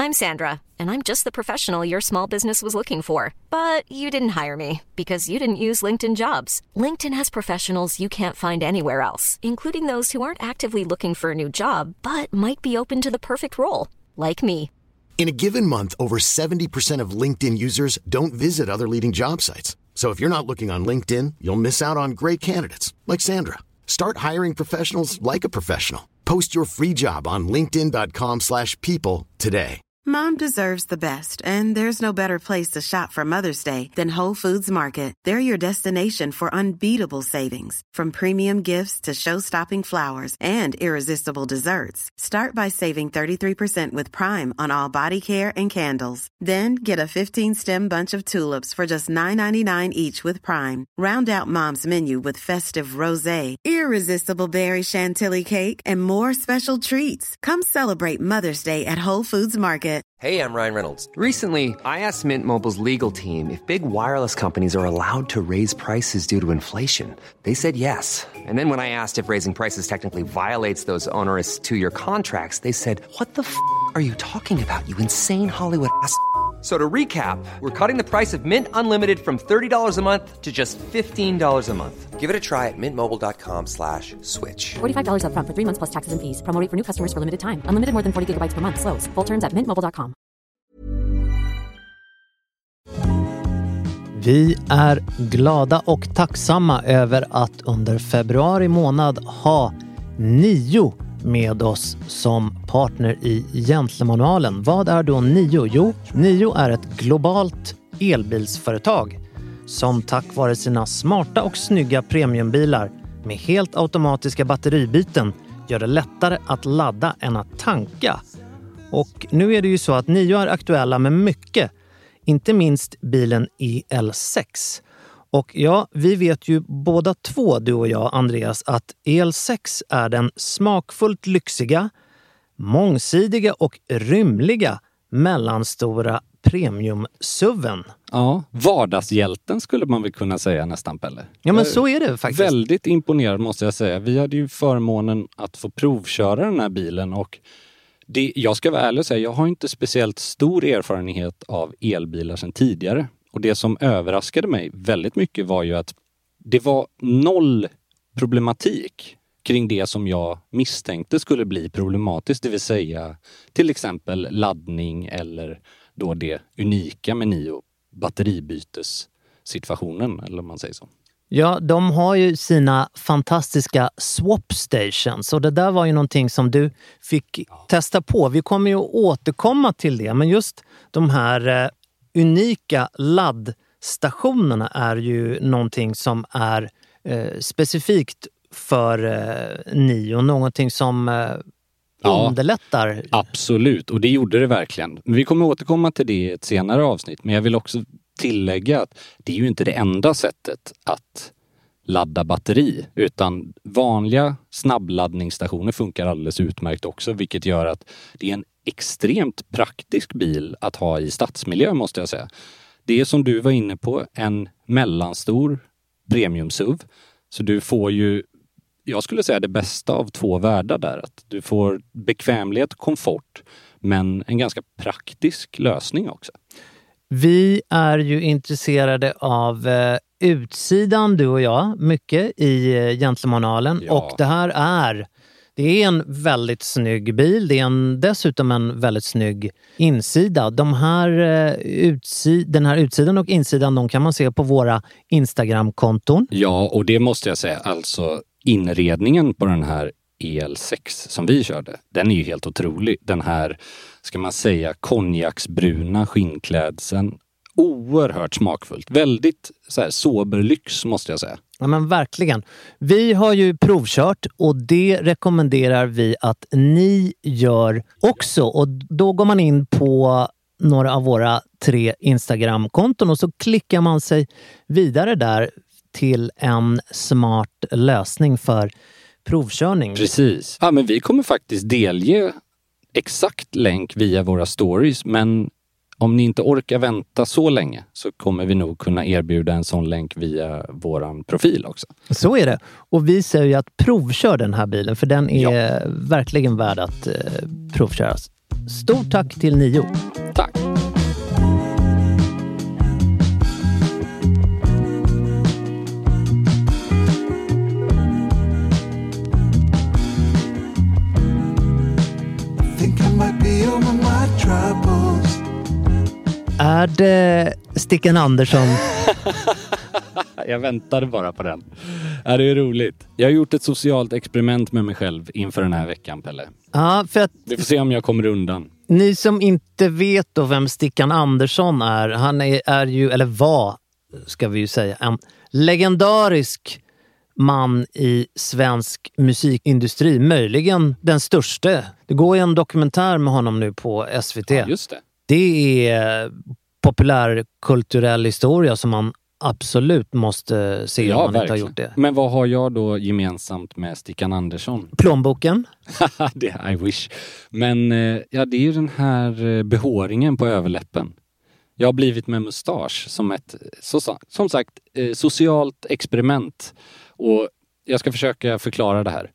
I'm Sandra, and I'm just the professional your small business was looking for. But you didn't hire me because you didn't use LinkedIn Jobs. LinkedIn has professionals you can't find anywhere else, including those who aren't actively looking for a new job, but might be open to the perfect role, like me. In a given month, over 70% of LinkedIn users don't visit other leading job sites. So if you're not looking on LinkedIn, you'll miss out on great candidates like Sandra. Start hiring professionals like a professional. Post your free job on linkedin.com/people today. Mom deserves the best, and there's no better place to shop for Mother's Day than Whole Foods Market. They're your destination for unbeatable savings, from premium gifts to show-stopping flowers and irresistible desserts. Start by saving 33% with Prime on all body care and candles. Then get a 15-stem bunch of tulips for just $9.99 each with Prime. Round out Mom's menu with festive rosé, irresistible berry chantilly cake, and more special treats. Come celebrate Mother's Day at Whole Foods Market. Hey, I'm Ryan Reynolds. Recently, I asked Mint Mobile's legal team if big wireless companies are allowed to raise prices due to inflation. They said yes. And then when I asked if raising prices technically violates those onerous 2-year contracts, they said, "What the f*** are you talking about, you insane Hollywood ass?" So to recap, we're cutting the price of Mint Unlimited from $30 a month to just $15 a month. Give it a try at mintmobile.com/switch. $45 up front for 3 months plus taxes and fees. Promo rate for new customers for limited time. Unlimited more than 40 gigabytes per month. Slows full terms at mintmobile.com. Vi är glada och tacksamma över att under februari månad ha NIO med oss som partner i Gentlemanualen. Vad är då NIO? Jo, NIO är ett globalt elbilsföretag som tack vare sina smarta och snygga premiumbilar med helt automatiska batteribyten gör det lättare att ladda än att tanka. Och nu är det ju så att NIO är aktuella med mycket, inte minst bilen EL6. Och ja, vi vet ju båda två, du och jag, Andreas, att EL6 är den smakfullt lyxiga, mångsidiga och rymliga mellanstora premium-SUVen. Ja, vardagshjälten skulle man väl kunna säga nästan, Pelle. Ja, men så är det faktiskt. Väldigt imponerad måste jag säga. Vi hade ju förmånen att få provköra den här bilen och jag ska vara ärlig och säga, jag har inte speciellt stor erfarenhet av elbilar sedan tidigare. Och det som överraskade mig väldigt mycket var ju att det var noll problematik kring det som jag misstänkte skulle bli problematiskt. Det vill säga till exempel laddning eller då det unika med NIO, batteribytessituationen eller om man säger så. Ja, de har ju sina fantastiska swap stations och det där var ju någonting som du fick testa på. Vi kommer ju återkomma till det, men just de här unika laddstationerna är ju någonting som är specifikt för NIO, någonting som underlättar. Absolut, och det gjorde det verkligen. Vi kommer återkomma till det i ett senare avsnitt, men jag vill också tillägga att det är ju inte det enda sättet att ladda batteri, utan vanliga snabbladdningsstationer funkar alldeles utmärkt också, vilket gör att det är en extremt praktisk bil att ha i stadsmiljö, måste jag säga. Det är som du var inne på, en mellanstor premium-SUV, så du får ju, jag skulle säga, det bästa av två världar där. Att du får bekvämlighet och komfort, men en ganska praktisk lösning också. Vi är ju intresserade av utsidan, du och jag, mycket i Gentlemanualen. Ja. Och det är en väldigt snygg bil. Det är dessutom en väldigt snygg insida. Den här utsidan och insidan, de kan man se på våra Instagram-konton. Ja, och det måste jag säga. Alltså inredningen på den här EL6 som vi körde, den är ju helt otrolig. Den här, ska man säga, konjaksbruna skinnklädseln. Oerhört smakfullt. Väldigt så här sober lyx, måste jag säga. Ja, men verkligen. Vi har ju provkört och det rekommenderar vi att ni gör också. Och då går man in på några av våra 3 Instagram-konton och så klickar man sig vidare där till en smart lösning för provkörning. Precis. Ja, men vi kommer faktiskt delge exakt länk via våra stories, men om ni inte orkar vänta så länge så kommer vi nog kunna erbjuda en sån länk via våran profil också. Så är det. Och vi säger ju att provkör den här bilen, för den är verkligen värd att provköras. Stort tack till Nio. Tack! Är det Stickan Andersson? Jag väntade bara på den. Ja, det är roligt. Jag har gjort ett socialt experiment med mig själv inför den här veckan, Pelle. Ja, för att Vi får se om jag kommer undan. ni som inte vet då vem Stickan Andersson är, han är ju, eller var, ska vi ju säga, en legendarisk man i svensk musikindustri. Möjligen den största. Det går ju en dokumentär med honom nu på SVT. Ja, just det. Det är populärkulturell historia som man absolut måste se om man inte har gjort det. Men vad har jag då gemensamt med Stickan Andersson? Plånboken? Det I wish. Men ja, det är ju den här behåringen på överläppen. Jag har blivit med mustasch som ett, som sagt, socialt experiment. Och jag ska försöka förklara det här.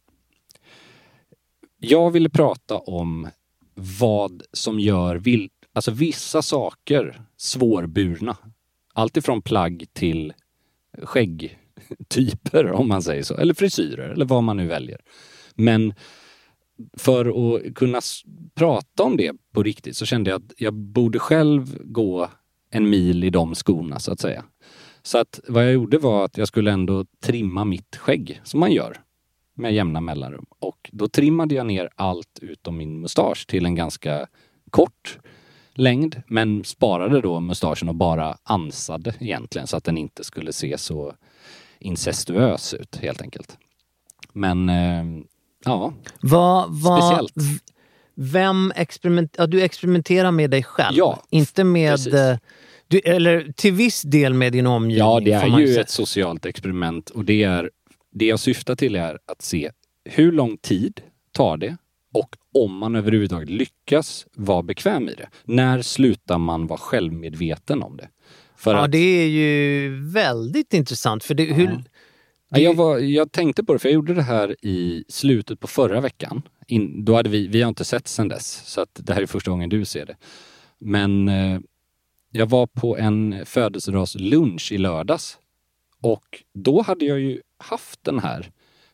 Jag ville prata om vad som gör vissa saker svårburna. Allt ifrån plagg till skäggtyper, om man säger så. Eller frisyrer, eller vad man nu väljer. Men för att kunna prata om det på riktigt så kände jag att jag borde själv gå en mil i de skorna, så att säga. Så att vad jag gjorde var att jag skulle ändå trimma mitt skägg, som man gör med jämna mellanrum. Och då trimmade jag ner allt utom min mustasch till en ganska kort längd, men sparade då mustaschen och bara ansade egentligen så att den inte skulle se så incestuös ut, helt enkelt. Men ja, speciellt. Vem du experimenterar med dig själv? Ja, inte med precis. Eller till viss del med din omgivning. Ja, det är ju ett socialt experiment, och det jag syftar till är att se hur lång tid tar det och om man överhuvudtaget lyckas vara bekväm i det. När slutar man vara självmedveten om det? Det är ju väldigt intressant. För jag tänkte på det, för jag gjorde det här i slutet på förra veckan. Då hade vi har inte sett sedan dess, så att det här är första gången du ser det. Men jag var på en födelsedagslunch i lördags, och då hade jag ju haft den här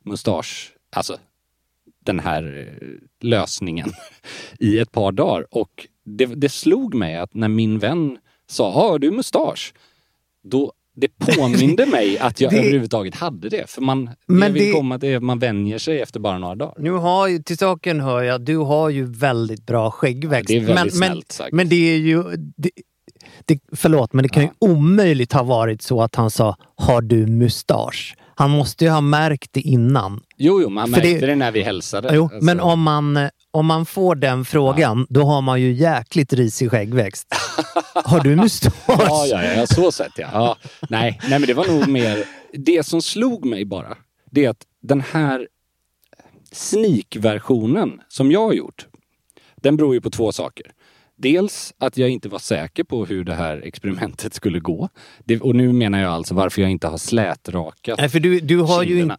den här lösningen i ett par dagar, och det slog mig att när min vän sa, har du mustasch? Då det påminde mig att jag överhuvudtaget hade det. För man vänjer sig efter bara några dagar. Nu har ju, till saken hör jag, du har ju väldigt bra skäggväxt. Det är väldigt snällt sagt. Men det är ju... förlåt, men det kan ju omöjligt ha varit så att han sa, har du mustasch? Han måste ju ha märkt det innan. Jo, man märkte det när vi hälsade. Jo, alltså. Men om man får den frågan, då har man ju jäkligt risig skäggväxt. Har du mustasch? Ja, så sett ja. Nej, men det var nog mer... Det som slog mig bara, det är att den här sneak-versionen som jag har gjort, den beror ju på två saker. Dels att jag inte var säker på hur det här experimentet skulle gå. Och nu menar jag alltså varför jag inte har slätrakat. Nej, för du har kinderna.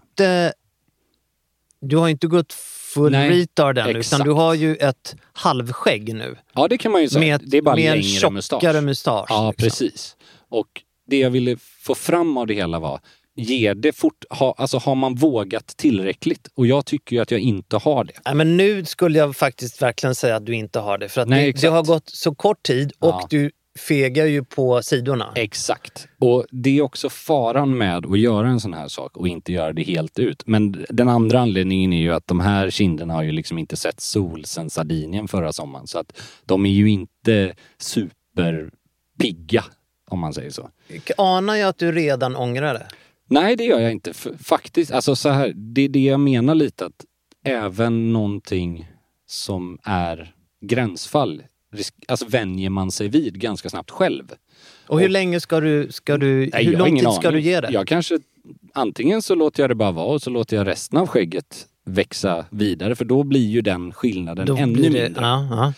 Du har inte gått full retard än, utan du har ju ett halvskägg nu. Ja, det kan man ju säga. Det är bara längre mustasch. Ja, liksom. Precis. Och det jag ville få fram av det hela var, har man vågat tillräckligt? Och jag tycker ju att jag inte har det. Nej, men nu skulle jag faktiskt verkligen säga att du inte har det. För att det har gått så kort tid och du fegar ju på sidorna. Exakt. Och det är också faran med att göra en sån här sak och inte göra det helt ut. Men den andra anledningen är ju att de här kinderna har ju liksom inte sett sol sen Sardinien förra sommaren. Så att de är ju inte superpigga, om man säger så. Anar jag att du redan ångrar det? Nej, det gör jag inte. Faktiskt, alltså så här, det är det jag menar lite, att även någonting som är gränsfall, alltså vänjer man sig vid ganska snabbt själv. Och hur länge hur lång tid ska du ge det? Jag kanske, antingen så låter jag det bara vara och så låter jag resten av skägget växa vidare, för då blir ju den skillnaden ännu mindre.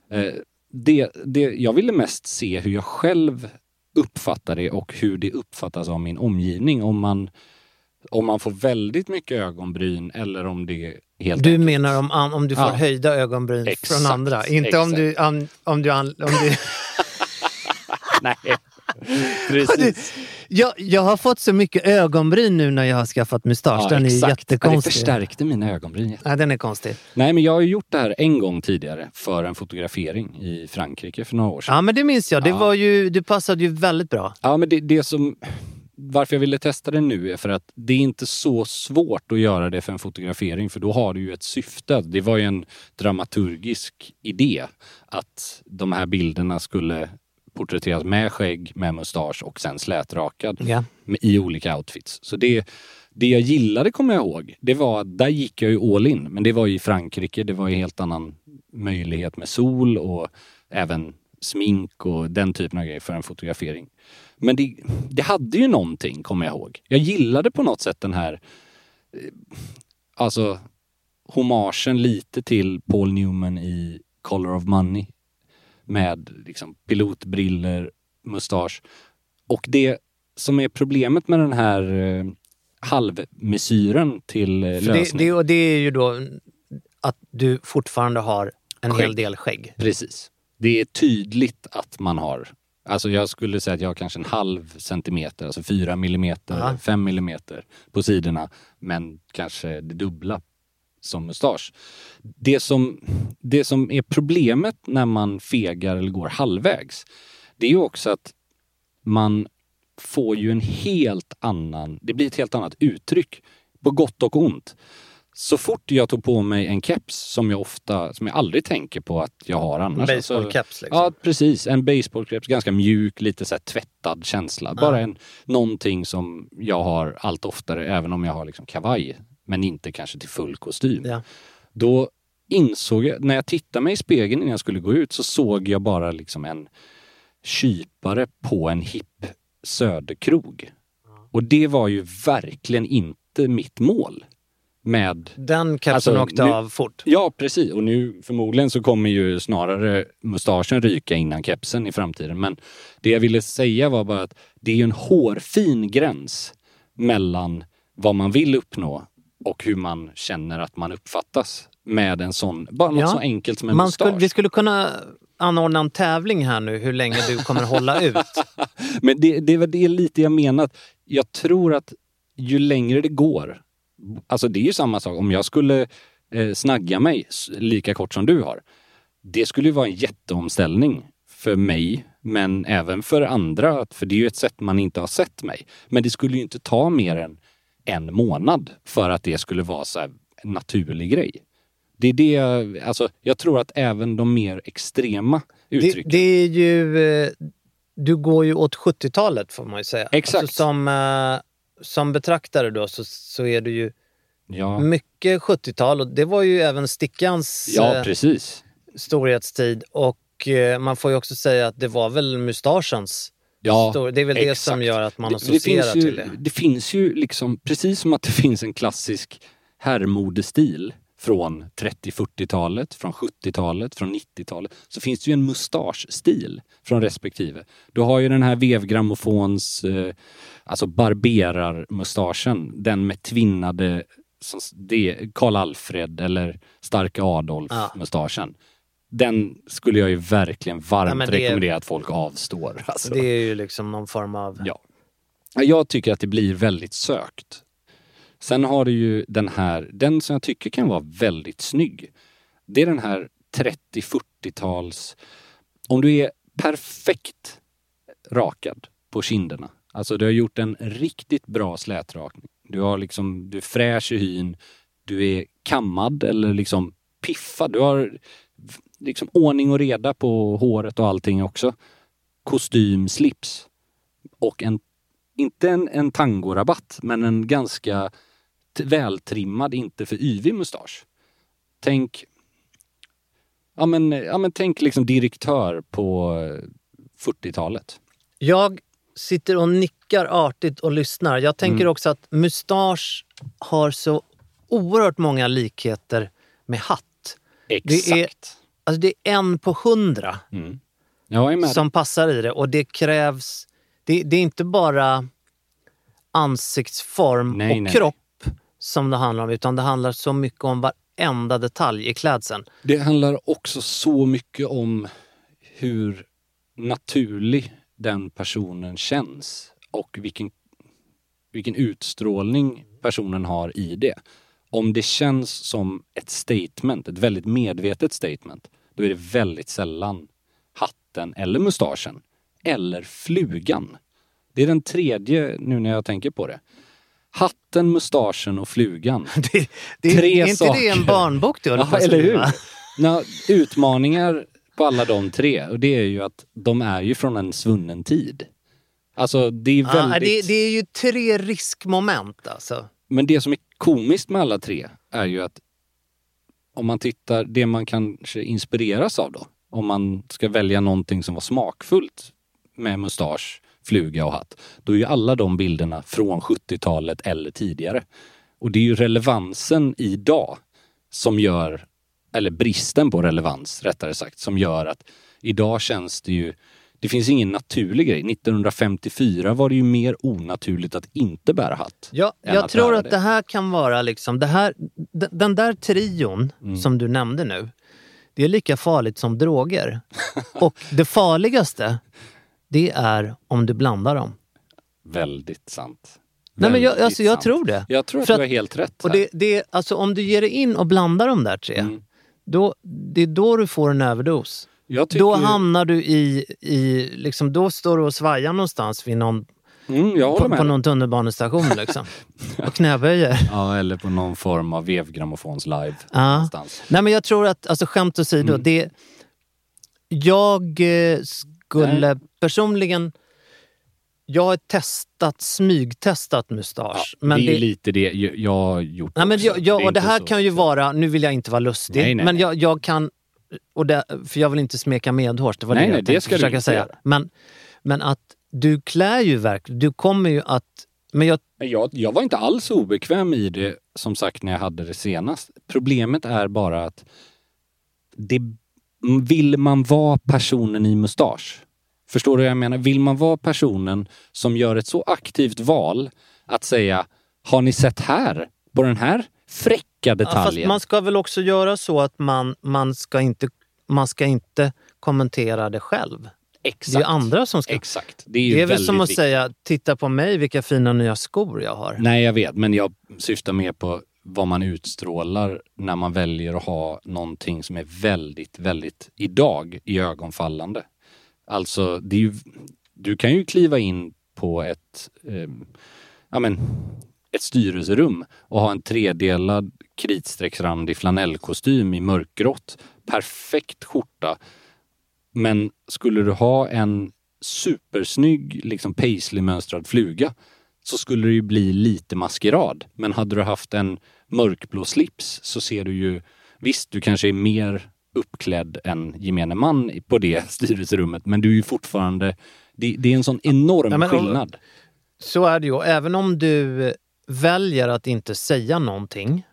Jag ville mest se hur jag själv uppfattar det och hur det uppfattas av min omgivning. Om man Om man får väldigt mycket ögonbryn eller om det är helt Du enkelt. menar om du får höjda ögonbryn från andra? Inte om du Nej, precis. Jag har fått så mycket ögonbryn nu när jag har skaffat mustasch. Den är jättekonstig. Det förstärkte mina ögonbryn. Ja, den är konstig. Nej, men jag har ju gjort det här en gång tidigare för en fotografering i Frankrike för några år sedan. Ja, men det minns jag. Det var ju, du passade ju väldigt bra. Ja, men det som... Varför jag ville testa det nu är för att det är inte så svårt att göra det för en fotografering, för då har du ju ett syfte. Det var ju en dramaturgisk idé att de här bilderna skulle porträtteras med skägg, med mustasch och sen slätrakad i olika outfits. Så det jag gillade, kommer jag ihåg, det var att där gick jag ju all in. Men det var ju i Frankrike, det var ju helt annan möjlighet med sol och även smink och den typen av grejer för en fotografering. Men det hade ju någonting, kommer jag ihåg. Jag gillade på något sätt den här alltså homagen lite till Paul Newman i Color of Money med liksom pilotbriller, mustasch. Och det som är problemet med den här halvmesyren till lösning. Det är ju då att du fortfarande har en hel del skägg. Precis. Det är tydligt att man har, alltså jag skulle säga att jag har kanske en halv centimeter, alltså 4 millimeter, 5 millimeter på sidorna, men kanske det dubbla som mustasch. Det som är problemet när man fegar eller går halvvägs, det är ju också att man får ju det blir ett helt annat uttryck på gott och ont. Så fort jag tog på mig en keps som jag aldrig tänker på att jag har annars. En baseballkeps liksom. Ja, precis. En baseballkeps, ganska mjuk, lite så här tvättad känsla. Bara någonting som jag har allt oftare, även om jag har liksom kavaj, men inte kanske till full kostym. Ja. Då insåg jag, när jag tittade mig i spegeln innan jag skulle gå ut, så såg jag bara liksom en kypare på en hipp söderkrog. Och det var ju verkligen inte mitt mål. Med, den kepsen åkte av fort. Ja, precis. Och nu förmodligen så kommer ju snarare mustaschen ryka innan kepsen i framtiden. Men det jag ville säga var bara att det är ju en hårfin gräns mellan vad man vill uppnå och hur man känner att man uppfattas med en sån, bara något så enkelt som en mustasch. Vi skulle kunna anordna en tävling här nu, hur länge du kommer hålla ut. Men det var det lite jag menat. Jag tror att ju längre det går, alltså det är ju samma sak. Om jag skulle snagga mig lika kort som du har, det skulle ju vara en jätteomställning för mig, men även för andra. För det är ju ett sätt man inte har sett mig. Men det skulle ju inte ta mer än en månad för att det skulle vara så här en naturlig grej. Det är det, alltså jag tror att även de mer extrema uttrycken. Det är ju, du går ju åt 70-talet får man ju säga. Exakt. Alltså, som betraktare då så är det ju mycket 70-tal, och det var ju även Stickans precis. Storhetstid, och man får ju också säga att det var väl mustaschens det är väl det som gör att man associerar till det. Det finns ju liksom, precis som att det finns en klassisk herrmodestil från 30-40-talet, från 70-talet, från 90-talet, så finns det ju en mustaschstil från respektive. Du har ju den här vevgrammofons alltså barberarmustaschen, den med tvinnade Karl Alfred eller Starka Adolf-mustaschen. Den skulle jag ju verkligen varmt rekommendera att folk avstår. Alltså. Det är ju liksom någon form av... Ja. Jag tycker att det blir väldigt sökt. Sen har du ju den som jag tycker kan vara väldigt snygg. Det är den här 30-40-tals... Om du är perfekt rakad på kinderna. Alltså du har gjort en riktigt bra slätrakning. Du är fräsch i hyn. Du är kammad eller liksom piffad. Du har liksom ordning och reda på håret och allting också. Kostym, slips. Och inte en tangorabatt, men en ganska vältrimmad, inte för yvig mustasch. Tänk tänk liksom direktör på 40-talet. Jag sitter och nickar artigt och lyssnar. Jag tänker också att mustasch har så oerhört många likheter med hatt. Exakt. Det är 1 på 100 som passar i det. Och det krävs... Det är inte bara ansiktsform och kropp som det handlar om, utan det handlar så mycket om varenda detalj i klädseln. Det handlar också så mycket om hur naturlig den personen känns och vilken utstrålning personen har i det. Om det känns som ett statement, ett väldigt medvetet statement, då är det väldigt sällan hatten eller mustaschen eller flugan. Det är den tredje nu när jag tänker på det. Hatten, mustaschen och flugan. Är inte det en barnbok du håller på att skriva? Utmaningar på alla de tre. Och det är ju att de är ju från en svunnen tid. Alltså det är väldigt... det är ju 3 riskmoment alltså. Men det som är komiskt med alla 3 är ju att om man tittar, det man kanske inspireras av då. Om man ska välja någonting som var smakfullt med mustasch, fluga och hatt. Då är ju alla de bilderna från 70-talet eller tidigare. Och det är ju relevansen idag som gör, eller bristen på relevans rättare sagt, som gör att idag känns det ju, det finns ingen naturlig grej. 1954 var det ju mer onaturligt att inte bära hatt. Ja, jag tror att det här kan vara liksom, den där trion som du nämnde nu, det är lika farligt som droger. Och det farligaste, det är om du blandar dem. Väldigt sant. Nej, men jag tror det. Jag tror att du har helt rätt. Och alltså om du ger dig in och blandar de där 3, det är då du får en överdos. Då hamnar du i liksom, då står du och svajar någonstans vid någon på någon tunnelbanestation liksom. Och knäböjer. Ja, eller på någon form av vevgrammofons live någonstans. Nej, men jag tror att, alltså skämt åsido, jag skulle personligen, jag har smygtestat mustasch. Ja, men det är lite det jag har gjort. Nej, men och det här kan ju vara, nu vill jag inte vara lustig, men jag kan, för jag vill inte smeka medhårs, det var det jag tänkte försöka säga. Men att du klär ju verkligen, du kommer ju att... Men jag var inte alls obekväm i det, som sagt, när jag hade det senast. Problemet är bara att vill man vara personen i mustasch? Förstår du vad jag menar? Vill man vara personen som gör ett så aktivt val att säga, har ni sett här på den här fräcka detaljen? Fast man ska väl också göra så att man ska inte kommentera det själv. Exakt. Det är ju andra som ska... Exakt. Det är väl som att säga, titta på mig, vilka fina nya skor jag har. Nej, jag vet. Men jag syftar mer på vad man utstrålar när man väljer att ha någonting som är väldigt, väldigt idag i ögonfallande. Alltså, det är ju, du kan ju kliva in på ett styrelserum och ha en 3-delad kritstrecksrandig flanellkostym i mörkgrått. Perfekt skjorta. Men skulle du ha en supersnygg liksom paisley-mönstrad fluga, så skulle det ju bli lite maskerad. Men hade du haft en mörkblå slips så ser du ju, visst, du kanske är mer uppklädd än gemene man på det styrelserummet, men du är ju fortfarande, det är en sån enorm skillnad. Så är det ju. Även om du väljer att inte säga någonting,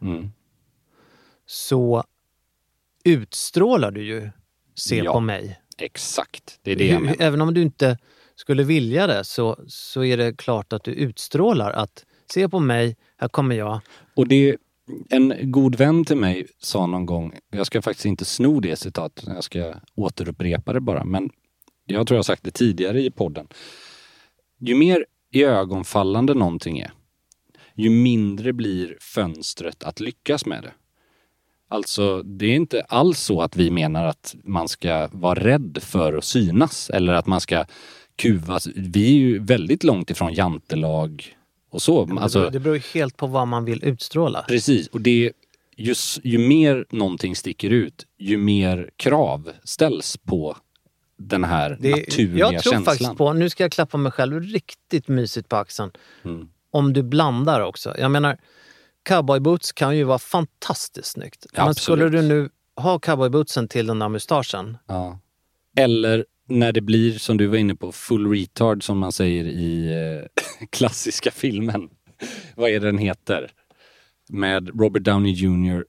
så utstrålar du ju på mig. Exakt, det är det jag menar. Även om du inte skulle vilja det, så är det klart att du utstrålar att se på mig, här kommer jag. Och det, en god vän till mig sa någon gång, jag ska faktiskt inte sno det citatet, jag ska återupprepa det bara, men jag tror jag har sagt det tidigare i podden. Ju mer ögonfallande någonting är, ju mindre blir fönstret att lyckas med det. Alltså, det är inte alls så att vi menar att man ska vara rädd för att synas eller att man ska kuvas. Vi är ju väldigt långt ifrån jantelag och så. Alltså, det beror ju helt på vad man vill utstråla. Precis, och det ju mer någonting sticker ut, ju mer krav ställs på den här naturliga känslan. Jag tror faktiskt på, nu ska jag klappa mig själv riktigt mysigt på axeln, om du blandar också. Jag menar, cowboyboots kan ju vara fantastiskt snyggt. Ja, men skulle du nu ha cowboybootsen till den där mustaschen? Ja. Eller när det blir, som du var inne på, full retard som man säger i klassiska filmen. Vad är den heter? Med Robert Downey Jr.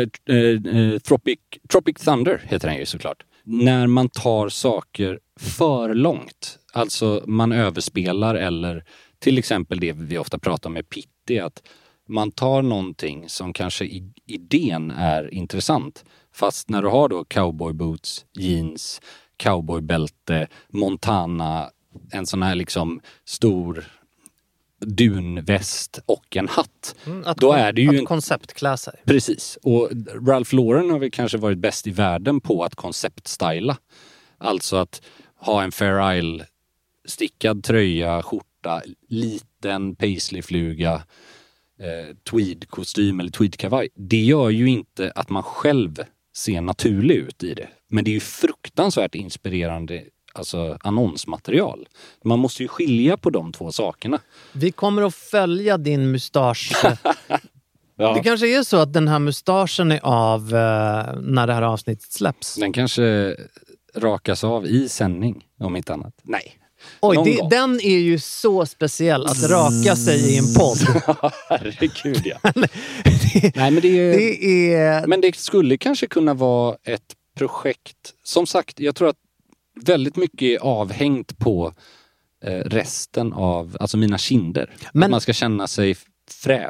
Tropic Thunder heter den ju såklart. När man tar saker för långt. Alltså man överspelar eller till exempel det vi ofta pratar om med Pitti, att man tar någonting som kanske i idén är intressant, fast när du har då cowboyboots, jeans, cowboybälte, Montana, en sån här liksom stor dunväst och en hatt. Då är det ju att konceptklä sig. Precis. Och Ralph Lauren har väl kanske varit bäst i världen på att konceptstyla. Alltså att ha en Fair Isle stickad tröja, skjorta, liten paisleyfluga, tweedkostym eller tweedkavaj. Det gör ju inte att man själv ser naturlig ut i det. Men det är ju fruktansvärt inspirerande, alltså annonsmaterial. Man måste ju skilja på de två sakerna. Vi kommer att följa din mustasch. Ja. Det kanske är så att den här mustaschen är av när det här avsnittet släpps. Den kanske rakas av i sändning, om inte annat. Nej. Oj, den är ju så speciell att raka sig i en podd. Herregud, ja. Nej, men men det skulle kanske kunna vara ett projekt. Som sagt, jag tror att väldigt mycket är avhängt på resten av, alltså mina kinder. Men att man ska känna sig fräsch.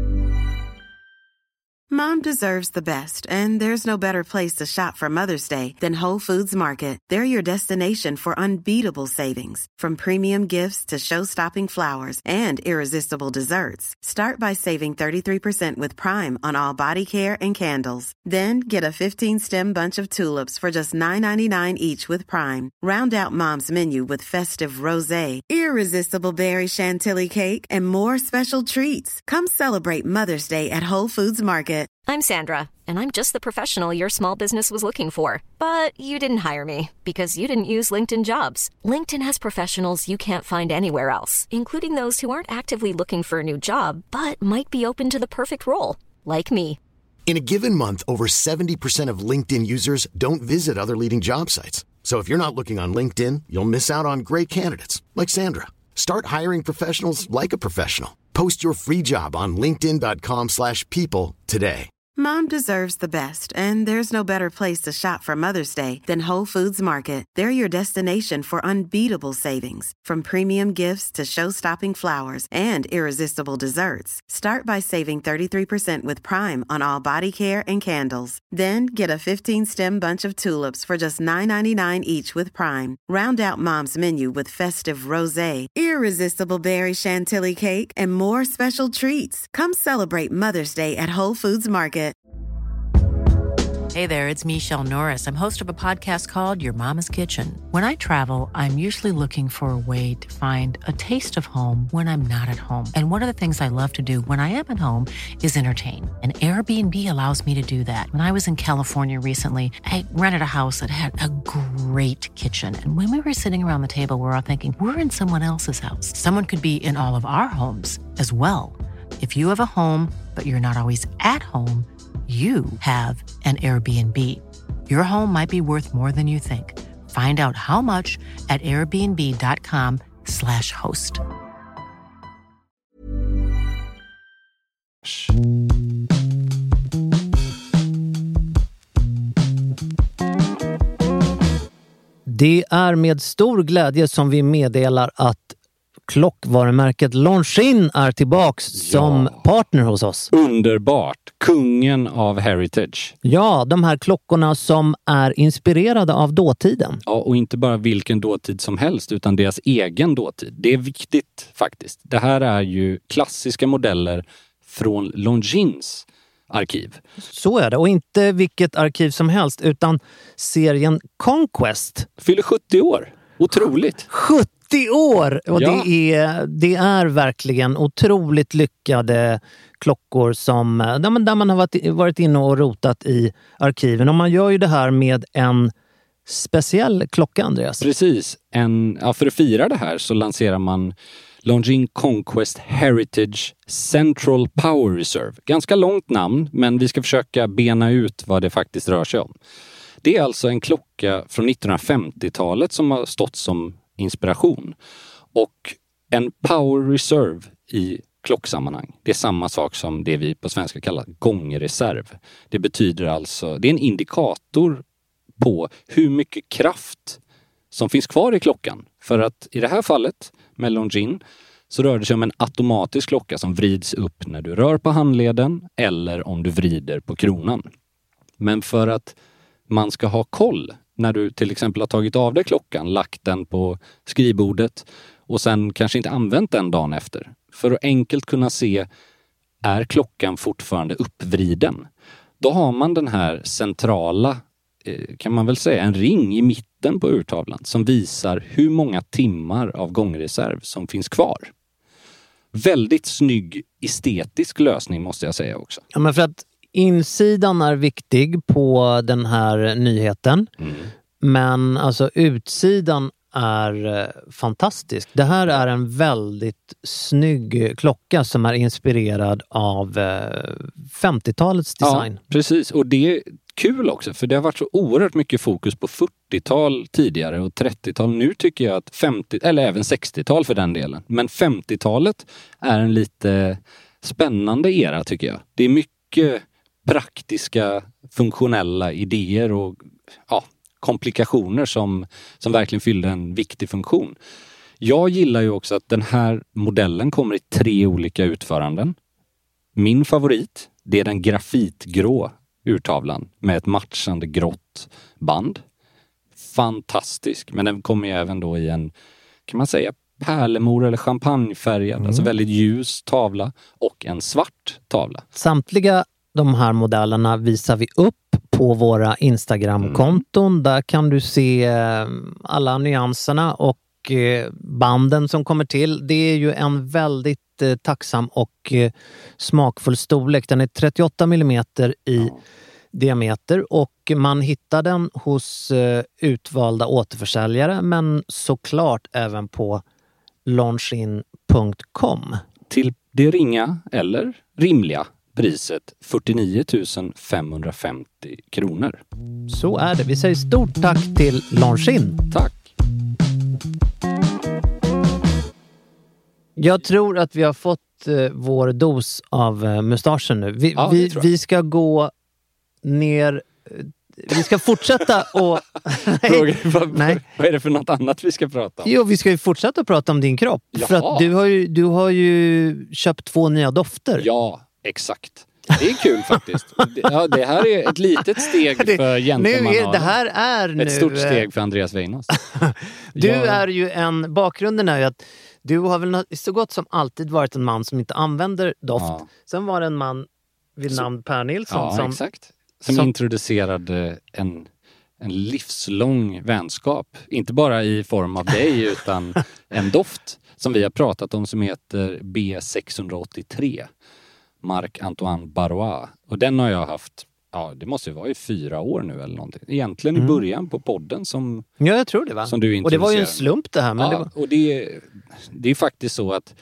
Mom deserves the best, and there's no better place to shop for Mother's Day than Whole Foods Market. They're your destination for unbeatable savings, from premium gifts to show-stopping flowers and irresistible desserts. Start by saving 33% with Prime on all body care and candles. Then get a 15-stem bunch of tulips for just $9.99 each with Prime. Round out Mom's menu with festive rosé, irresistible berry chantilly cake, and more special treats. Come celebrate Mother's Day at Whole Foods Market. I'm Sandra, and I'm just the professional your small business was looking for. But you didn't hire me because you didn't use LinkedIn Jobs. LinkedIn has professionals you can't find anywhere else, including those who aren't actively looking for a new job, but might be open to the perfect role, like me. In a given month, over 70% of LinkedIn users don't visit other leading job sites. So if you're not looking on LinkedIn, you'll miss out on great candidates like Sandra. Start hiring professionals like a professional. Post your free job on linkedin.com/people today. Mom deserves the best, and there's no better place to shop for Mother's Day than Whole Foods Market. They're your destination for unbeatable savings, from premium gifts to show-stopping flowers and irresistible desserts. Start by saving 33% with Prime on all body care and candles. Then get a 15-stem bunch of tulips for just $9.99 each with Prime. Round out Mom's menu with festive rosé, irresistible berry chantilly cake, and more special treats. Come celebrate Mother's Day at Whole Foods Market. Hey there, it's Michelle Norris. I'm host of a podcast called Your Mama's Kitchen. When I travel, I'm usually looking for a way to find a taste of home when I'm not at home. And one of the things I love to do when I am at home is entertain. And Airbnb allows me to do that. When I was in California recently, I rented a house that had a great kitchen. And when we were sitting around the table, we were all thinking, we're in someone else's house. Someone could be in all of our homes as well. If you have a home, but you're not always at home, you have an Airbnb. Your home might be worth more than you think. Find out how much at airbnb.com/host. Det är med stor glädje som vi meddelar att klockvarumärket Longines är tillbaks som partner hos oss. Underbart! Kungen av heritage. Ja, de här klockorna som är inspirerade av dåtiden. Ja, och inte bara vilken dåtid som helst utan deras egen dåtid. Det är viktigt faktiskt. Det här är ju klassiska modeller från Longines arkiv. Så är det, och inte vilket arkiv som helst utan serien Conquest. Fyller 70 år. Otroligt. 70 år! Och ja. det är verkligen otroligt lyckade klockor som, där man har varit inne och rotat i arkiven. Och man gör ju det här med en speciell klocka, Andreas. Precis. För att fira det här så lanserar man Longines Conquest Heritage Central Power Reserve. Ganska långt namn, men vi ska försöka bena ut vad det faktiskt rör sig om. Det är alltså en klocka från 1950-talet som har stått som inspiration. Och en Power Reserve i klocksammanhang. Det är samma sak som det vi på svenska kallar gångreserv. Det betyder alltså, det är en indikator på hur mycket kraft som finns kvar i klockan. För att i det här fallet med Longines så rör det sig om en automatisk klocka som vrids upp när du rör på handleden eller om du vrider på kronan. Men för att man ska ha koll när du till exempel har tagit av dig klockan, lagt den på skrivbordet och sen kanske inte använt den dagen efter. För att enkelt kunna se, är klockan fortfarande uppvriden? Då har man den här centrala, kan man väl säga, en ring i mitten på urtavlan som visar hur många timmar av gångreserv som finns kvar. Väldigt snygg estetisk lösning måste jag säga också. Ja, men för att insidan är viktig på den här nyheten. Men alltså utsidan är fantastisk. Det här är en väldigt snygg klocka som är inspirerad av 50-talets design. Ja, precis. Och det är kul också, för det har varit så oerhört mycket fokus på 40-tal tidigare och 30-tal. Nu tycker jag att 50, eller även 60-tal för den delen. Men 50-talet är en lite spännande era tycker jag. Det är mycket praktiska, funktionella idéer och komplikationer som verkligen fyller en viktig funktion. Jag gillar ju också att den här modellen kommer i 3 olika utföranden. Min favorit, det är den grafitgrå urtavlan med ett matchande grått band. Fantastisk, men den kommer ju även då i en, kan man säga, pärlemor eller champagnefärgad, alltså väldigt ljus tavla och en svart tavla. Samtliga de här modellerna visar vi upp på våra Instagram-konton. Där kan du se alla nyanserna och banden som kommer till. Det är ju en väldigt tacksam och smakfull storlek. Den är 38 mm i diameter och man hittar den hos utvalda återförsäljare, men såklart även på longin.com. Till det ringa eller rimliga priset 49 550 kronor. Så är det. Vi säger stort tack till Longin. Tack. Jag tror att vi har fått vår dos av mustaschen nu. Vi ska gå ner. Vi ska fortsätta och... Nej. Vad är det för något annat vi ska prata om? Jo, vi ska ju fortsätta prata om din kropp. Jaha. För att du har ju köpt 2 nya dofter. Ja, exakt. Det är kul faktiskt. Det här är ett litet steg för Gentlemanalen. Det här är nu... Ett stort steg för Andreas Weinas. Är ju bakgrunden är ju att du har väl så gott som alltid varit en man som inte använder doft. Ja. Sen var det en man vid namn Per Nilsson som introducerade en livslång vänskap. Inte bara i form av dig utan en doft som vi har pratat om som heter B683. Marc-Antoine Barrois. Och den har jag haft, det måste ju vara i 4 år nu eller någonting. Egentligen i början på podden som... Ja, jag tror det va? Som du introducerade. Och det var ju en slump det här. Men och det är faktiskt så att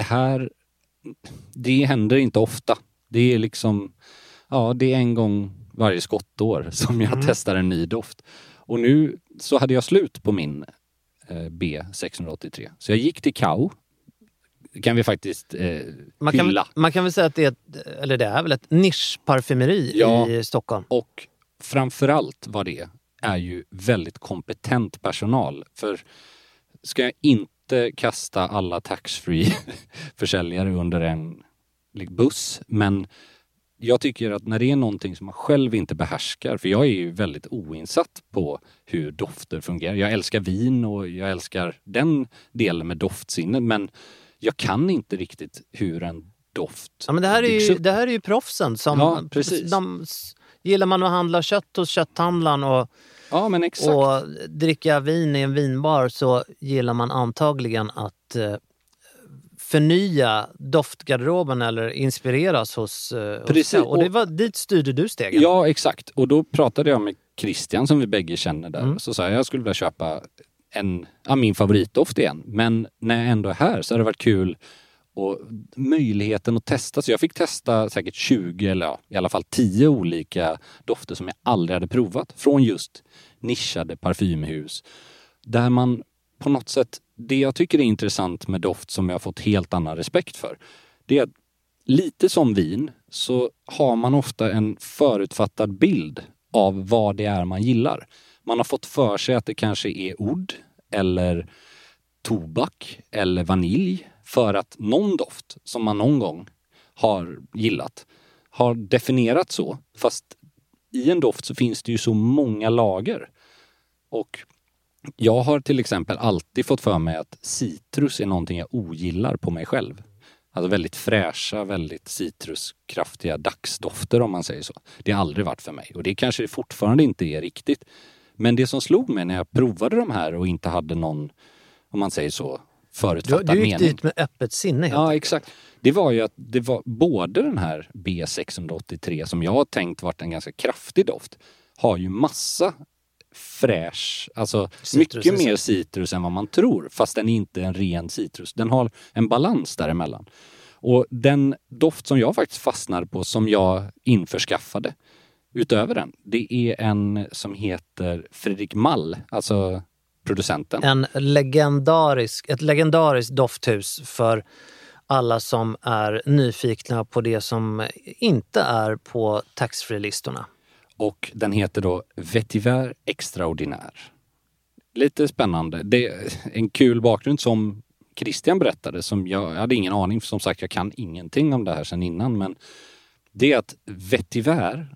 det händer inte ofta. Det är liksom, det är en gång varje skottår som jag testar en ny doft. Och nu så hade jag slut på min B683. Så jag gick till Kao. Kan vi faktiskt hylla. Man kan väl säga att det är väl ett nischparfymeri i Stockholm. Och framförallt vad det är ju väldigt kompetent personal. För ska jag inte kasta alla tax-free försäljare under en buss, men jag tycker att när det är någonting som man själv inte behärskar, för jag är ju väldigt oinsatt på hur dofter fungerar. Jag älskar vin och jag älskar den delen med doftsinnet, men jag kan inte riktigt hur en doft men det här är ju proffsen som precis. Gillar man att handla kött hos kötthandlaren och dricka vin i en vinbar, så gillar man antagligen att förnya doftgarderoben eller inspireras hos och det var dit styrde du stegen. Ja, exakt. Och då pratade jag med Christian som vi bägge känner där. Så sa jag skulle vilja köpa min favoritdoft igen. Men när jag ändå är här så har det varit kul och möjligheten att testa. Så jag fick testa säkert 20 eller i alla fall 10 olika dofter som jag aldrig hade provat. Från just nischade parfymhus. Där man på något sätt, det jag tycker är intressant med doft som jag har fått helt annan respekt för, det är att lite som vin så har man ofta en förutfattad bild av vad det är man gillar. Man har fått för sig att det kanske är oud eller tobak eller vanilj för att någon doft som man någon gång har gillat har definierats så. Fast i en doft så finns det ju så många lager. Och jag har till exempel alltid fått för mig att citrus är någonting jag ogillar på mig själv. Alltså väldigt fräscha, väldigt citruskraftiga dagsdofter om man säger så. Det har aldrig varit för mig. Och det kanske fortfarande inte är riktigt. Men det som slog mig när jag provade de här och inte hade någon, om man säger så, förutfattad mening. Du gick dit med öppet sinne. Ja, exakt. Det var ju att det var både den här B683 som jag har tänkt varit en ganska kraftig doft. Har ju massa fräsch, alltså citrus, mycket mer citrus än vad man tror. Fast den är inte en ren citrus. Den har en balans däremellan. Och den doft som jag faktiskt fastnade på, som jag införskaffade utöver den, det är en som heter Fredrik Mall, alltså producenten. Ett legendariskt dofthus för alla som är nyfikna på det som inte är på taxfree-listorna. Och den heter då Vetiver Extraordinaire. Lite spännande. Det är en kul bakgrund som Christian berättade, som jag hade ingen aning, för som sagt jag kan ingenting om det här sedan innan, men det är att Vetiver,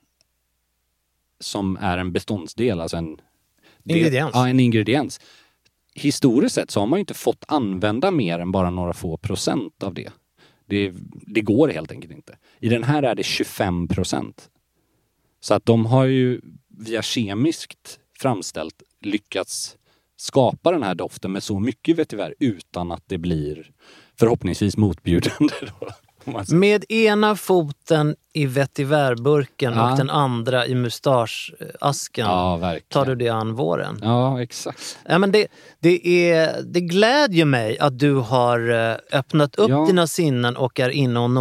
som är en beståndsdel, alltså en ingrediens. Historiskt sett så har man ju inte fått använda mer än bara några få procent av det. Det går helt enkelt inte. I den här är det 25%. Så att de har ju via kemiskt framställt lyckats skapa den här doften med så mycket vetiver utan att det blir förhoppningsvis motbjudande då. Med ena foten i vetiverburken och den andra i mustaschasken tar du det an våren. Ja, exakt. Ja, men det glädjer mig att du har öppnat upp dina sinnen och är inne och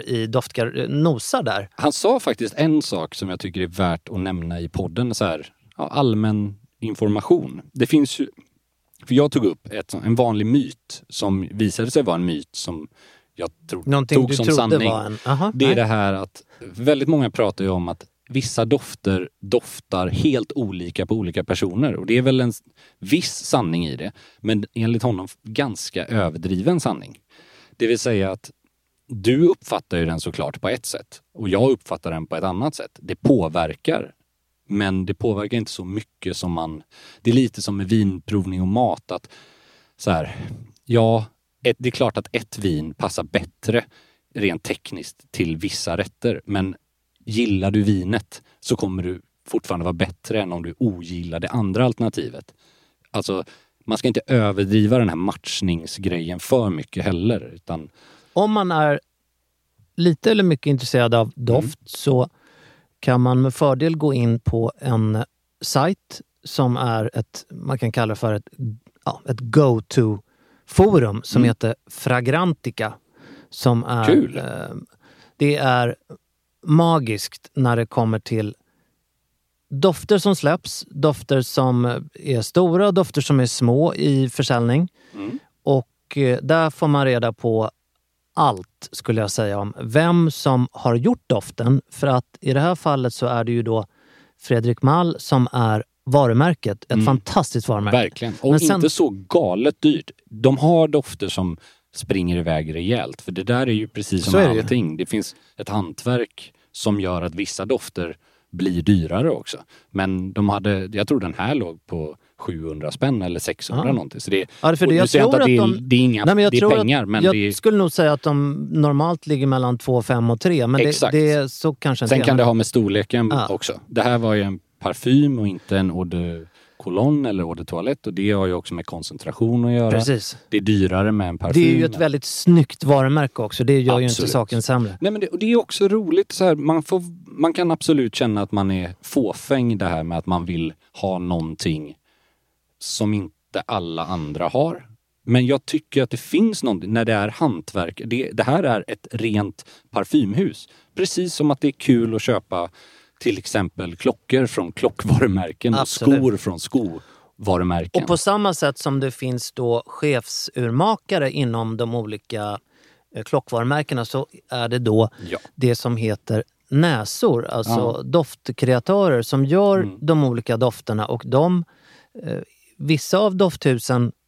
nosar där. Han sa faktiskt en sak som jag tycker är värt att nämna i podden, så här, allmän information. Det finns ju, för jag tog upp en vanlig myt som visade sig vara en myt som jag tog som sanning. Det är det här att väldigt många pratar ju om att vissa dofter doftar helt olika på olika personer. Och det är väl en viss sanning i det. Men enligt honom ganska överdriven sanning. Det vill säga att du uppfattar ju den såklart på ett sätt. Och jag uppfattar den på ett annat sätt. Det påverkar. Men det påverkar inte så mycket som man... Det är lite som med vinprovning och mat. Att så här, det är klart att ett vin passar bättre rent tekniskt till vissa rätter. Men gillar du vinet så kommer du fortfarande vara bättre än om du ogillar det andra alternativet. Alltså, man ska inte överdriva den här matchningsgrejen för mycket heller. Utan... Om man är lite eller mycket intresserad av doft så kan man med fördel gå in på en sajt som är man kan kalla för ett go-to-forum som heter Fragrantica. Som är, kul! Det är magiskt när det kommer till dofter som släpps, dofter som är stora, dofter som är små i försäljning. Och där får man reda på allt, skulle jag säga, om vem som har gjort doften. För att i det här fallet så är det ju då Fredrik Mall som är varumärket. Ett fantastiskt varumärke. Verkligen. Och inte så galet dyrt. De har dofter som springer iväg rejält. För det där är ju precis som allting. Det finns ett hantverk som gör att vissa dofter blir dyrare också. Men jag tror den här låg på 700 spänn eller 600 någonting. Så det, för det, jag tror att det är inga det är pengar. Men jag skulle nog säga att de normalt ligger mellan 2, 5 och 3. Men det så kanske inte. Sen kan det ha med storleken också. Det här var ju en parfym och inte en eau de cologne eller eau de toilette. Och det har ju också med koncentration att göra. Precis. Det är dyrare med en parfym. Det är ju ett väldigt snyggt varumärke också. Det gör ju inte saken sämre. Nej, men det är också roligt. Så här, man kan absolut känna att man är fåfäng det här med att man vill ha någonting som inte alla andra har. Men jag tycker att det finns någonting när det är hantverk. Det här är ett rent parfymhus. Precis som att det är kul att köpa till exempel klockor från klockvarumärken och skor från skovarumärken. Och på samma sätt som det finns då chefsurmakare inom de olika klockvarumärkena så är det då det som heter näsor. Alltså doftkreatörer som gör de olika dofterna och vissa av dofthusen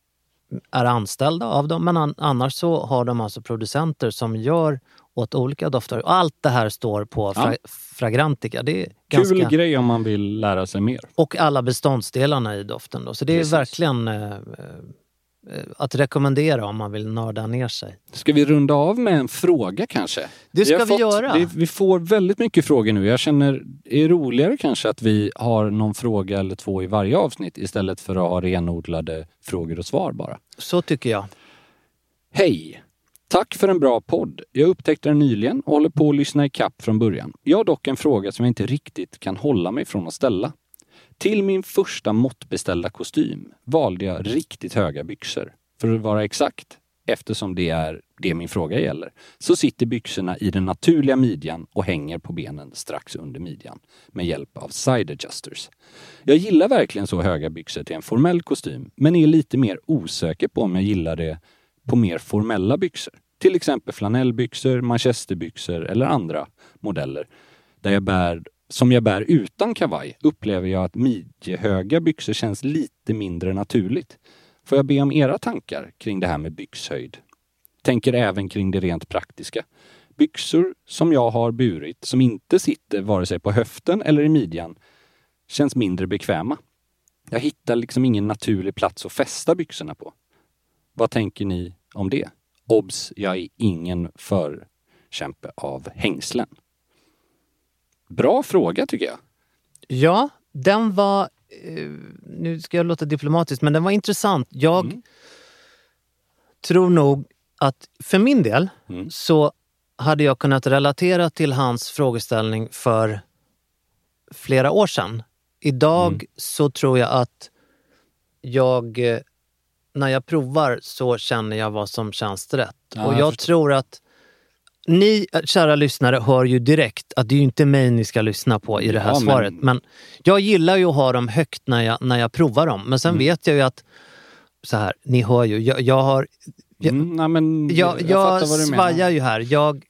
är anställda av dem, men annars så har de alltså producenter som gör åt olika dofter. Och allt det här står på Fragrantica. Det är kul grej om man vill lära sig mer. Och alla beståndsdelarna i doften då. Så det är verkligen att rekommendera om man vill nörda ner sig. Ska vi runda av med en fråga kanske? Det ska vi göra. Vi får väldigt mycket frågor nu. Jag känner det är roligare kanske att vi har någon fråga eller två i varje avsnitt istället för att ha renodlade frågor och svar bara. Så tycker jag. Hej! Tack för en bra podd. Jag upptäckte den nyligen och håller på att lyssna i kapp från början. Jag har dock en fråga som jag inte riktigt kan hålla mig från att ställa. Till min första måttbeställda kostym valde jag riktigt höga byxor. För att vara exakt, eftersom det är det min fråga gäller, så sitter byxorna i den naturliga midjan och hänger på benen strax under midjan med hjälp av side adjusters. Jag gillar verkligen så höga byxor till en formell kostym, men är lite mer osäker på om jag gillar det på mer formella byxor. Till exempel flanellbyxor, manchesterbyxor eller andra modeller som jag bär utan kavaj upplever jag att midjehöga byxor känns lite mindre naturligt. Får jag be om era tankar kring det här med byxhöjd? Tänker även kring det rent praktiska. Byxor som jag har burit som inte sitter vare sig på höften eller i midjan känns mindre bekväma. Jag hittar liksom ingen naturlig plats att fästa byxorna på. Vad tänker ni om det? Obs, jag är ingen förkämpe av hängslen. Bra fråga tycker jag. Ja, den var, nu ska jag låta diplomatiskt, men den var intressant. Jag tror nog att för min del så hade jag kunnat relatera till hans frågeställning för flera år sedan. Idag så tror jag att när jag provar så känner jag vad som känns rätt. Ja, och jag tror att ni, kära lyssnare, hör ju direkt att det är ju inte mig ni ska lyssna på i det här svaret. Men jag gillar ju att ha dem högt när jag provar dem. Men sen vet jag ju att, så här, ni hör ju, jag svajar ju här.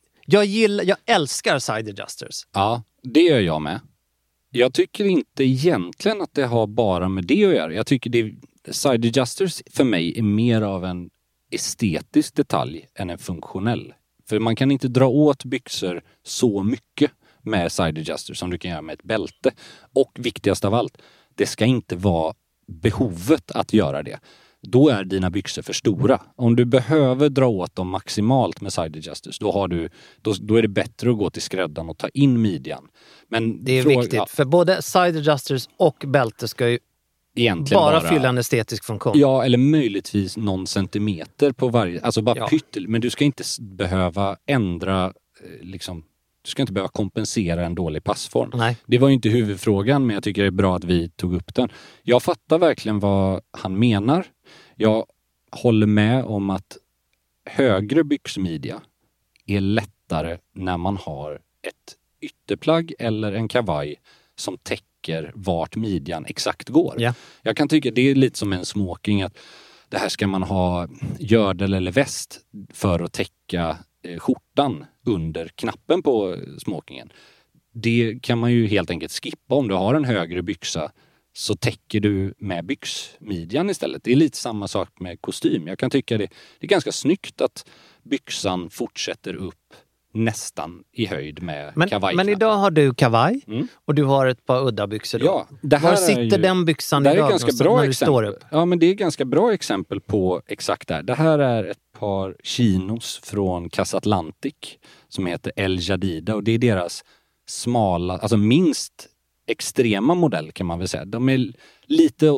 Jag älskar side adjusters. Ja, det gör jag med. Jag tycker inte egentligen att det har bara med det att göra. Jag tycker side adjusters för mig är mer av en estetisk detalj än en funktionell. För man kan inte dra åt byxor så mycket med side adjusters som du kan göra med ett bälte. Och viktigast av allt, det ska inte vara behovet att göra det. Då är dina byxor för stora. Om du behöver dra åt dem maximalt med side adjusters, då är det bättre att gå till skräddaren och ta in midjan. Men det är viktigt, för både side adjusters och bälte ska ju egentligen bara fylla en estetisk funktion. Ja, eller möjligtvis någon centimeter på varje, alltså bara pyttel. Men du ska inte behöva ändra, liksom, du ska inte behöva kompensera en dålig passform. Nej. Det var ju inte huvudfrågan, men jag tycker det är bra att vi tog upp den. Jag fattar verkligen vad han menar. Jag håller med om att högre byxmidja är lättare när man har ett ytterplagg eller en kavaj som täcker vart midjan exakt går. Ja. Jag kan tycka det är lite som en smoking, att det här ska man ha gördel eller väst för att täcka skjortan under knappen på smokingen. Det kan man ju helt enkelt skippa. Om du har en högre byxa så täcker du med byxmidjan istället. Det är lite samma sak med kostym. Jag kan tycka det är ganska snyggt att byxan fortsätter upp nästan i höjd med kavajknappen. Men idag har du kavaj och du har ett par udda byxor då. Ja, det här var sitter den byxan idag när du står upp? Ja, men det är ganska bra exempel på exakt det här. Det här är ett par chinos från Casatlantic som heter El Jadida, och det är deras smala, alltså minst extrema modell kan man väl säga. De är lite,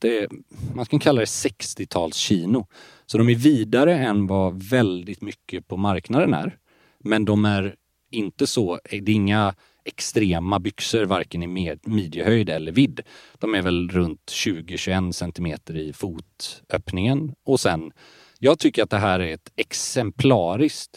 man kan kalla det 60-tals chino. Så de är vidare än vad väldigt mycket på marknaden är. Men de är inte så, det är inga extrema byxor varken i midjehöjd eller vidd. De är väl runt 20-21 centimeter i fotöppningen. Och sen, jag tycker att det här är ett exemplariskt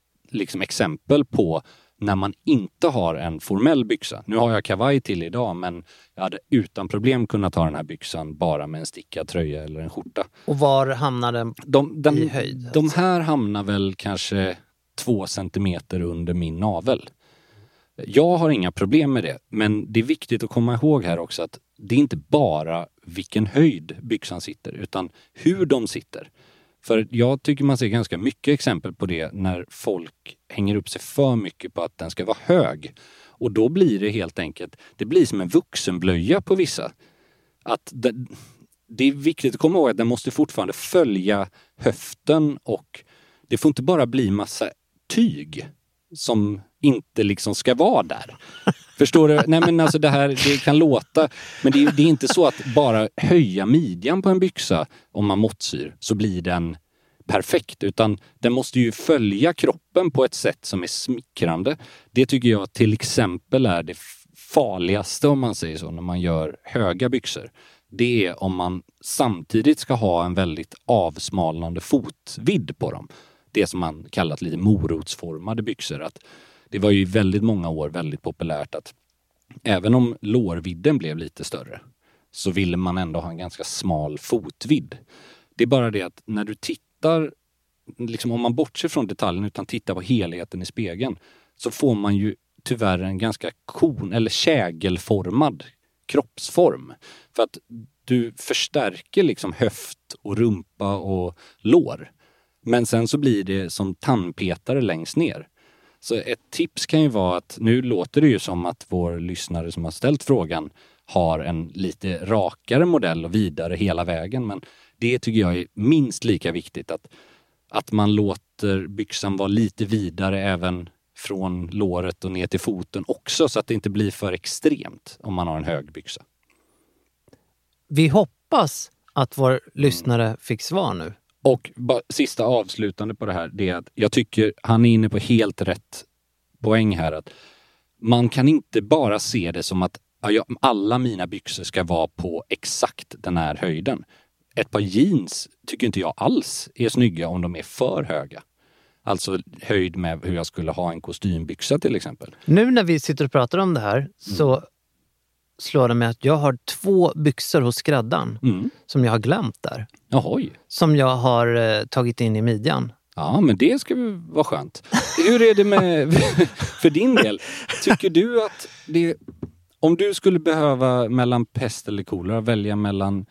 exempel på när man inte har en formell byxa. Nu har jag kavaj till idag, men jag hade utan problem kunnat ta den här byxan bara med en stickad tröja eller en skjorta. Och var hamnar den i höjd? De här hamnar väl kanske 2 centimeter under min navel. Jag har inga problem med det, men det är viktigt att komma ihåg här också att det är inte bara vilken höjd byxan sitter utan hur de sitter. För jag tycker man ser ganska mycket exempel på det när folk hänger upp sig för mycket på att den ska vara hög. Och då blir det helt enkelt, det blir som en vuxenblöja på vissa. Att det är viktigt att komma ihåg att den måste fortfarande följa höften och det får inte bara bli massa tyg som inte liksom ska vara där. Förstår du? Nej men alltså det kan låta, men det är inte så att bara höja midjan på en byxa om man måttsyr så blir den perfekt, utan den måste ju följa kroppen på ett sätt som är smickrande. Det tycker jag till exempel är det farligaste om man säger så när man gör höga byxor. Det är om man samtidigt ska ha en väldigt avsmalnande fotvidd på dem. Det som man kallat lite morotsformade byxor. Att det var ju i väldigt många år väldigt populärt att även om lårvidden blev lite större så ville man ändå ha en ganska smal fotvidd. Det är bara det att när du tittar, liksom om man bortser från detaljen utan tittar på helheten i spegeln så får man ju tyvärr en ganska eller kägelformad kroppsform. För att du förstärker liksom höft och rumpa och lår. Men sen så blir det som tandpetare längst ner. Så ett tips kan ju vara att, nu låter det ju som att vår lyssnare som har ställt frågan har en lite rakare modell och vidare hela vägen. Men det tycker jag är minst lika viktigt. Att man låter byxan vara lite vidare även från låret och ner till foten också. Så att det inte blir för extremt om man har en hög byxa. Vi hoppas att vår lyssnare fick svar nu. Och sista avslutande på det här, det är att jag tycker han är inne på helt rätt poäng här. Att man kan inte bara se det som att alla mina byxor ska vara på exakt den här höjden. Ett par jeans tycker inte jag alls är snygga om de är för höga. Alltså höjd med hur jag skulle ha en kostymbyxa till exempel. Nu när vi sitter och pratar om det här så slår det mig att jag har 2 byxor hos skräddaren som jag har glömt där. Ohoj. Som jag har tagit in i midjan. Ja, men det ska ju vara skönt. Hur är det med för din del? Tycker du att om du skulle behöva mellan pest eller kolera välja mellan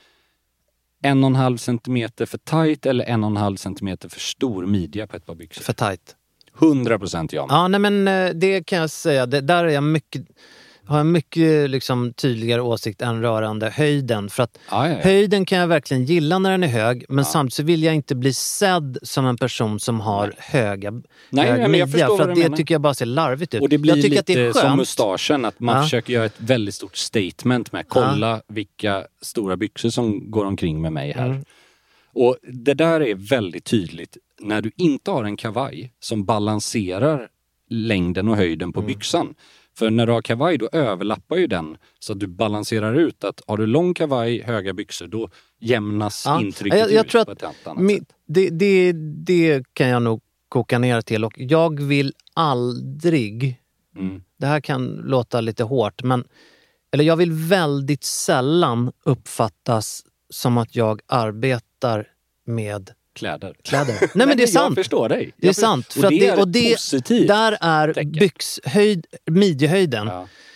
1,5 centimeter för tight eller 1,5 centimeter för stor midja på ett par byxor? För tight. 100% ja. Ja, nej men det kan jag säga. Där är jag har en mycket liksom tydligare åsikt än rörande höjden. För att höjden kan jag verkligen gilla när den är hög. Men samtidigt så vill jag inte bli sedd som en person som har hög midja. För att det tycker jag bara ser larvigt ut. Och det blir jag lite att det är som mustaschen. Att man försöker göra ett väldigt stort statement med kolla vilka stora byxor som går omkring med mig här. Och det där är väldigt tydligt. När du inte har en kavaj som balanserar längden och höjden på byxan. För när du har kavaj då överlappar ju den så att du balanserar ut att har du lång kavaj, höga byxor då jämnas intrycket jag ut tror på ett helt annat sätt. Det kan jag nog koka ner till och jag vill aldrig, det här kan låta lite hårt men jag vill väldigt sällan uppfattas som att jag arbetar med Kläder. Nej men det är sant. Jag förstår dig. Det är sant. Och det är positivt. Där är midjehöjden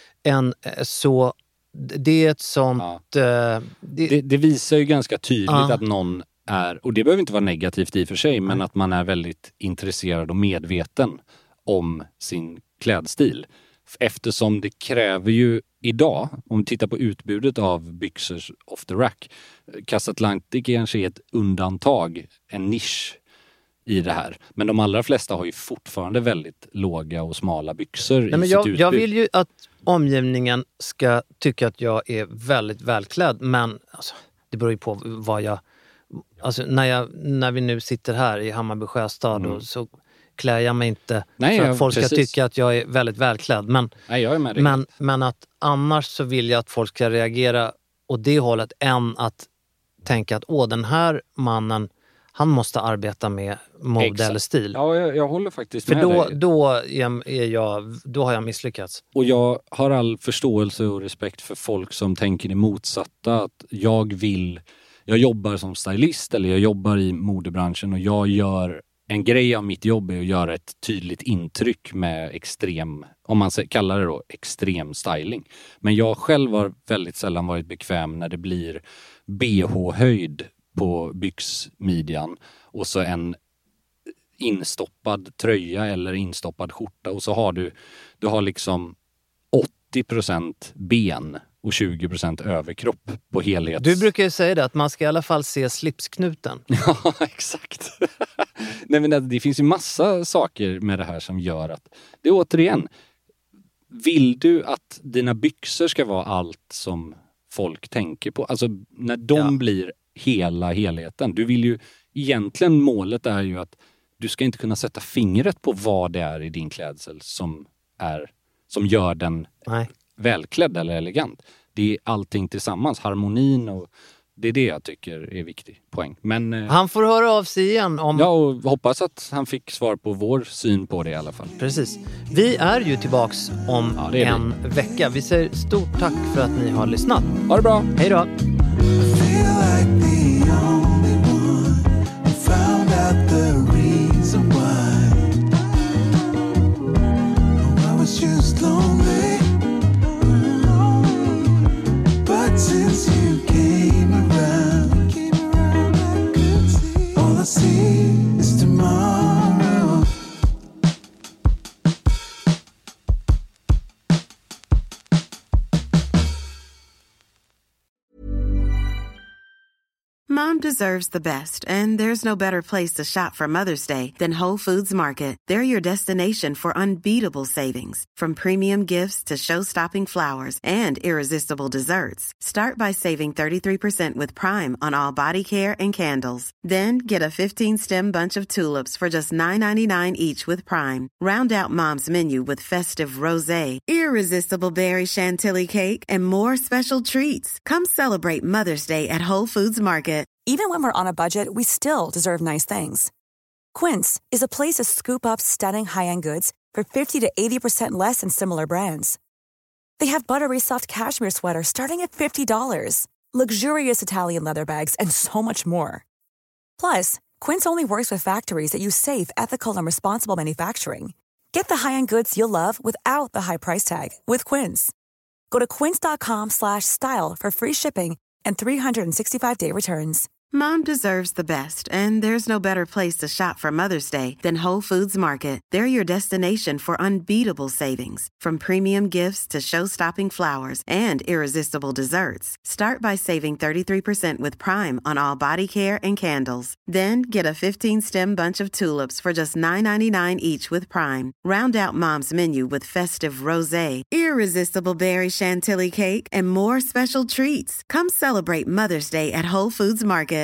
så det är ett sånt... Det visar ju ganska tydligt att någon är, och det behöver inte vara negativt i och för sig, men att man är väldigt intresserad och medveten om sin klädstil. Eftersom det kräver ju idag, om vi tittar på utbudet av byxor off the rack, Casatlantic kanske är ett undantag, en nisch i det här. Men de allra flesta har ju fortfarande väldigt låga och smala byxor i sitt utbud. Jag vill ju att omgivningen ska tycka att jag är väldigt välklädd, men alltså, det beror ju på vad jag... Alltså, när vi nu sitter här i Hammarby Sjöstad och så klär jag mig inte för att folk ska tycka att jag är väldigt välklädd. Men, jag är med dig. Men att annars så vill jag att folk ska reagera åt det hållet än att tänka att den här mannen, han måste arbeta med mode eller stil. Ja, jag håller faktiskt med dig. För då har jag misslyckats. Och jag har all förståelse och respekt för folk som tänker det motsatta. Att jag jobbar som stylist eller jag jobbar i modebranschen och jag gör en grej av mitt jobb är att göra ett tydligt intryck med extrem, om man kallar det då, extrem styling. Men jag själv har väldigt sällan varit bekväm när det blir BH-höjd på byxmidjan och så en instoppad tröja eller instoppad skjorta och så har du har liksom 80% ben och 20% överkropp på helhets... Du brukar ju säga det, att man ska i alla fall se slipsknuten. Ja, exakt. Nej, men det finns ju massa saker med det här som gör att... Det är återigen, vill du att dina byxor ska vara allt som folk tänker på? Alltså när de blir hela helheten. Du vill ju... Egentligen målet är ju att du ska inte kunna sätta fingret på vad det är i din klädsel som gör den välklädd eller elegant. Det är allting tillsammans, harmonin, och det är det jag tycker är viktig poäng. Men, han får höra av sig igen om... Ja, och hoppas att han fick svar på vår syn på det i alla fall. Precis. Vi är ju tillbaks om en vecka. Vi säger stort tack för att ni har lyssnat. Ha det bra. Hej då. Just lonely, but since you came around, I could see all I see is tomorrow. Mom deserves the best, and there's no better place to shop for Mother's Day than Whole Foods Market. They're your destination for unbeatable savings, from premium gifts to show-stopping flowers and irresistible desserts. Start by saving 33% with Prime on all body care and candles. Then get a 15-stem bunch of tulips for just $9.99 each with Prime. Round out Mom's menu with festive rosé, irresistible berry chantilly cake, and more special treats. Come celebrate Mother's Day at Whole Foods Market. Even when we're on a budget, we still deserve nice things. Quince is a place to scoop up stunning high-end goods for 50 to 80% less than similar brands. They have buttery soft cashmere sweaters starting at $50, luxurious Italian leather bags, and so much more. Plus, Quince only works with factories that use safe, ethical, and responsible manufacturing. Get the high-end goods you'll love without the high price tag with Quince. Go to quince.com/style for free shipping and 365-day returns. Mom deserves the best, and there's no better place to shop for Mother's Day than Whole Foods Market. They're your destination for unbeatable savings, from premium gifts to show-stopping flowers and irresistible desserts. Start by saving 33% with Prime on all body care and candles. Then get a 15-stem bunch of tulips for just $9.99 each with Prime. Round out Mom's menu with festive rosé, irresistible berry chantilly cake, and more special treats. Come celebrate Mother's Day at Whole Foods Market.